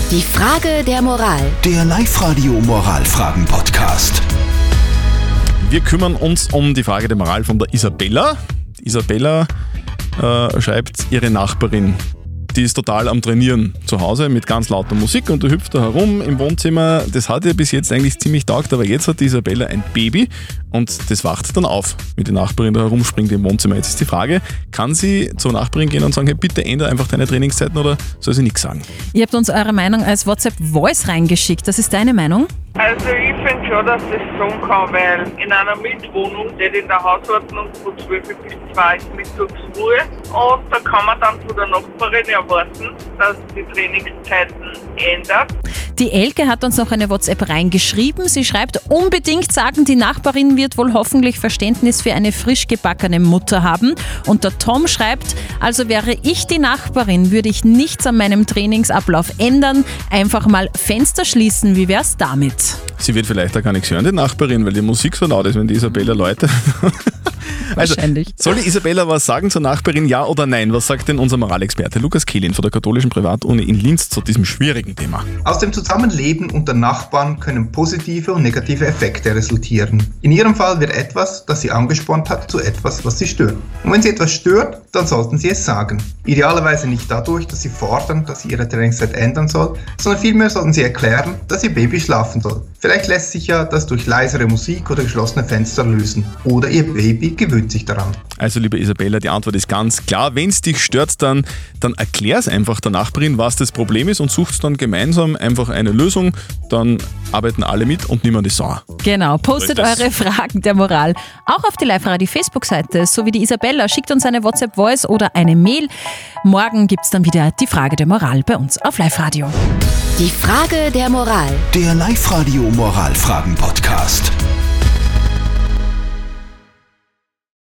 Die Frage der Moral. Der Live-Radio-Moralfragen-Podcast. Wir kümmern uns um die Frage der Moral von der Isabella. Die Isabella schreibt, ihre Nachbarin, die ist total am Trainieren zu Hause mit ganz lauter Musik und da hüpft da herum im Wohnzimmer. Das hat ihr bis jetzt eigentlich ziemlich taugt, aber jetzt hat die Isabella ein Baby und das wacht dann auf, mit der Nachbarin da herumspringt im Wohnzimmer. Jetzt ist die Frage, kann sie zur Nachbarin gehen und sagen, hey, bitte ändere einfach deine Trainingszeiten oder soll sie nichts sagen? Ihr habt uns eure Meinung als WhatsApp-Voice reingeschickt. Das ist deine Meinung? Also ich finde schon, dass das tun kann, weil in einer Mietwohnung steht in der Hausordnung von 12 bis 2 ist Mittagsruhe und da kann man dann von der Nachbarin erwarten, dass die Trainingszeiten ändert. Die Elke hat uns noch eine WhatsApp reingeschrieben. Sie schreibt, unbedingt sagen, die Nachbarin wird wohl hoffentlich Verständnis für eine frisch gebackene Mutter haben. Und der Tom schreibt, also wäre ich die Nachbarin, würde ich nichts an meinem Trainingsablauf ändern. Einfach mal Fenster schließen, wie wär's damit? Sie wird vielleicht auch gar nichts hören, die Nachbarin, weil die Musik so laut ist, wenn die Isabella läutet. Wahrscheinlich. Soll die Isabella was sagen zur Nachbarin, ja oder nein? Was sagt denn unser Moralexperte Lukas Kehlin von der katholischen Privatuni in Linz zu diesem schwierigen Thema? Aus dem Zusammenleben unter Nachbarn können positive und negative Effekte resultieren. In ihrem Fall wird etwas, das sie angespornt hat, zu etwas, was sie stört. Und wenn sie etwas stört, dann sollten sie es sagen. Idealerweise nicht dadurch, dass sie fordern, dass sie ihre Trainingszeit ändern soll, sondern vielmehr sollten sie erklären, dass ihr Baby schlafen soll. Vielleicht lässt sich ja das durch leisere Musik oder geschlossene Fenster lösen. Oder ihr Baby gewöhnt sich daran. Also liebe Isabella, die Antwort ist ganz klar. Wenn es dich stört, dann erklär es einfach der Nachbarin, was das Problem ist und sucht dann gemeinsam einfach eine Lösung. Dann arbeiten alle mit und niemand ist sauer. Genau, postet eure Fragen der Moral auch auf die Live-Radio-Facebook-Seite, so wie die Isabella. Schickt uns eine WhatsApp-Voice oder eine Mail. Morgen gibt es dann wieder die Frage der Moral bei uns auf Live-Radio. Die Frage der Moral. Der Live-Radio-Moralfragen-Podcast.